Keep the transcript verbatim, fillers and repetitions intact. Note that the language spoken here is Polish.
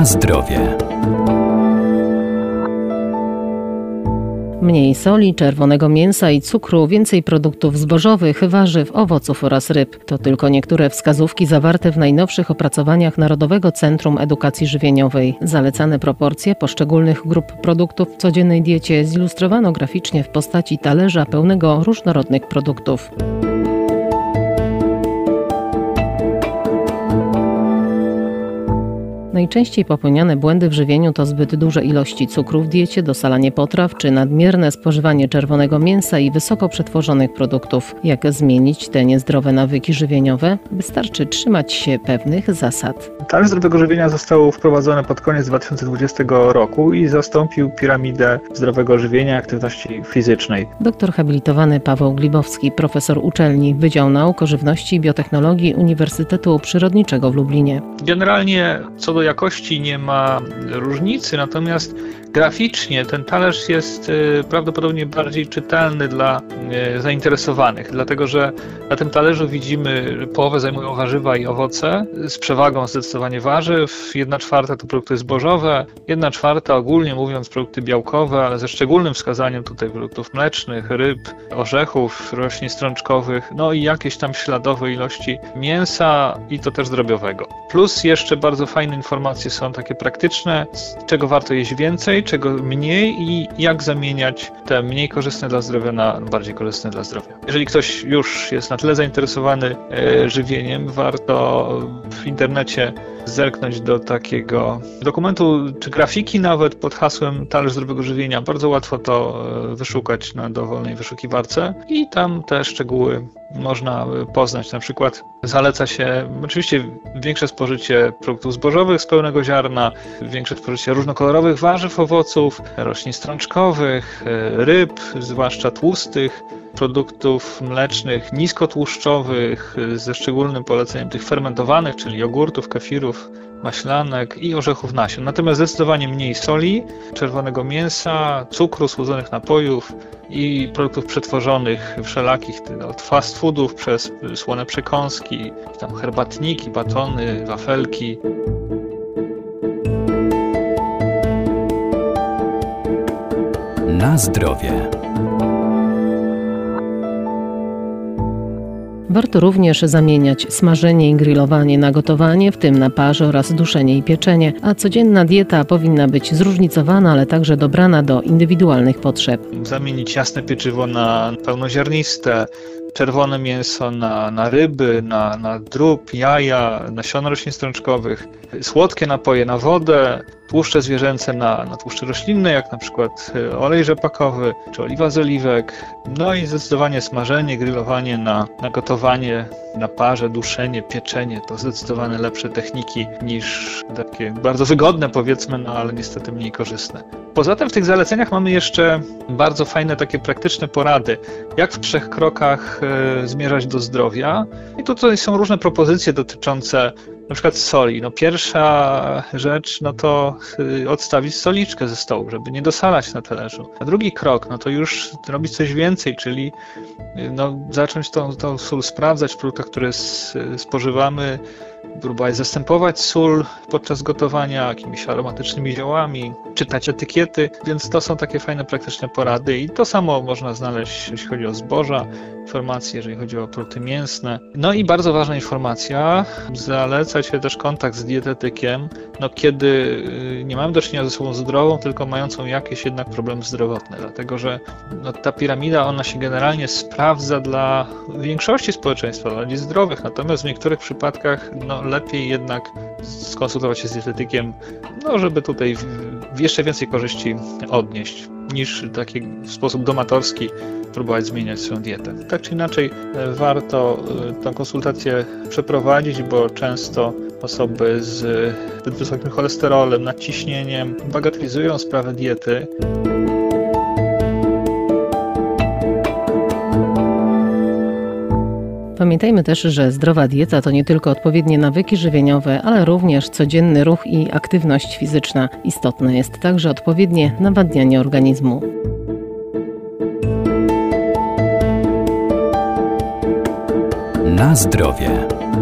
Na zdrowie. Mniej soli, czerwonego mięsa i cukru, więcej produktów zbożowych, warzyw, owoców oraz ryb. To tylko niektóre wskazówki zawarte w najnowszych opracowaniach Narodowego Centrum Edukacji Żywieniowej. Zalecane proporcje poszczególnych grup produktów w codziennej diecie zilustrowano graficznie w postaci talerza pełnego różnorodnych produktów. Najczęściej popełniane błędy w żywieniu to zbyt duże ilości cukru w diecie, dosalanie potraw czy nadmierne spożywanie czerwonego mięsa i wysoko przetworzonych produktów. Jak zmienić te niezdrowe nawyki żywieniowe? Wystarczy trzymać się pewnych zasad. Talerz zdrowego żywienia został wprowadzony pod koniec dwa tysiące dwudziestego roku i zastąpił piramidę zdrowego żywienia i aktywności fizycznej. Doktor habilitowany Paweł Glibowski, profesor uczelni Wydział Nauk o Żywności i Biotechnologii Uniwersytetu Przyrodniczego w Lublinie. Generalnie co do jakości nie ma różnicy, natomiast graficznie ten talerz jest prawdopodobnie bardziej czytelny dla zainteresowanych, dlatego że na tym talerzu widzimy, że połowę zajmują warzywa i owoce, z przewagą zdecydowanie warzyw, jedna czwarta to produkty zbożowe, jedna czwarta ogólnie mówiąc produkty białkowe, ale ze szczególnym wskazaniem tutaj produktów mlecznych, ryb, orzechów, roślin strączkowych, no i jakieś tam śladowe ilości mięsa i to też drobiowego. Plus jeszcze bardzo fajne informacje są takie praktyczne, czego warto jeść więcej, czego mniej i jak zamieniać te mniej korzystne dla zdrowia na bardziej korzystne dla zdrowia. Jeżeli ktoś już jest na tyle zainteresowany e, żywieniem, warto w internecie zerknąć do takiego dokumentu, czy grafiki nawet pod hasłem talerz zdrowego żywienia. Bardzo łatwo to wyszukać na dowolnej wyszukiwarce i tam te szczegóły można poznać. Na przykład zaleca się oczywiście większe spożycie produktów zbożowych z pełnego ziarna, większe spożycie różnokolorowych warzyw, owoców, roślin strączkowych, ryb, zwłaszcza tłustych, produktów mlecznych, niskotłuszczowych, ze szczególnym poleceniem tych fermentowanych, czyli jogurtów, kefirów, maślanek i orzechów nasion. Natomiast zdecydowanie mniej soli, czerwonego mięsa, cukru, słodzonych napojów i produktów przetworzonych wszelakich, od fast foodów przez słone przekąski, tam herbatniki, batony, wafelki. Na zdrowie. Warto również zamieniać smażenie i grillowanie na gotowanie, w tym na parze oraz duszenie i pieczenie, a codzienna dieta powinna być zróżnicowana, ale także dobrana do indywidualnych potrzeb. Zamienić jasne pieczywo na pełnoziarniste, czerwone mięso na, na ryby, na, na drób, jaja, nasiona roślin strączkowych, słodkie napoje na wodę, tłuszcze zwierzęce na, na tłuszcze roślinne, jak na przykład olej rzepakowy czy oliwa z oliwek, no i zdecydowanie smażenie, grillowanie na, na gotowanie, na parze, duszenie, pieczenie to zdecydowanie lepsze techniki niż takie bardzo wygodne powiedzmy, no ale niestety mniej korzystne. Poza tym w tych zaleceniach mamy jeszcze bardzo fajne takie praktyczne porady, jak w trzech krokach y, zmierzać do zdrowia. I tutaj są różne propozycje dotyczące na przykład soli. No pierwsza rzecz, no to y, odstawić soliczkę ze stołu, żeby nie dosalać na talerzu. A drugi krok, no to już robić coś więcej, czyli y, no, zacząć tą, tą sól sprawdzać w produktach, które s, spożywamy, próbować zastępować sól podczas gotowania jakimiś aromatycznymi ziołami, czytać etykiety, więc to są takie fajne, praktyczne porady i to samo można znaleźć, jeśli chodzi o zboża, informacje, jeżeli chodzi o produkty mięsne. No i bardzo ważna informacja, zaleca się też kontakt z dietetykiem, no kiedy nie mamy do czynienia ze osobą zdrową, tylko mającą jakieś jednak problemy zdrowotne, dlatego że no, ta piramida, ona się generalnie sprawdza dla większości społeczeństwa, dla ludzi zdrowych, natomiast w niektórych przypadkach no, lepiej jednak skonsultować się z dietetykiem, no, żeby tutaj w, w jeszcze więcej korzyści odnieść, niż taki w sposób domatorski próbować zmieniać swoją dietę. Tak czy inaczej warto tę konsultację przeprowadzić, bo często osoby z zbyt wysokim cholesterolem, nadciśnieniem bagatelizują sprawę diety. Pamiętajmy też, że zdrowa dieta to nie tylko odpowiednie nawyki żywieniowe, ale również codzienny ruch i aktywność fizyczna. Istotne jest także odpowiednie nawadnianie organizmu. Na zdrowie.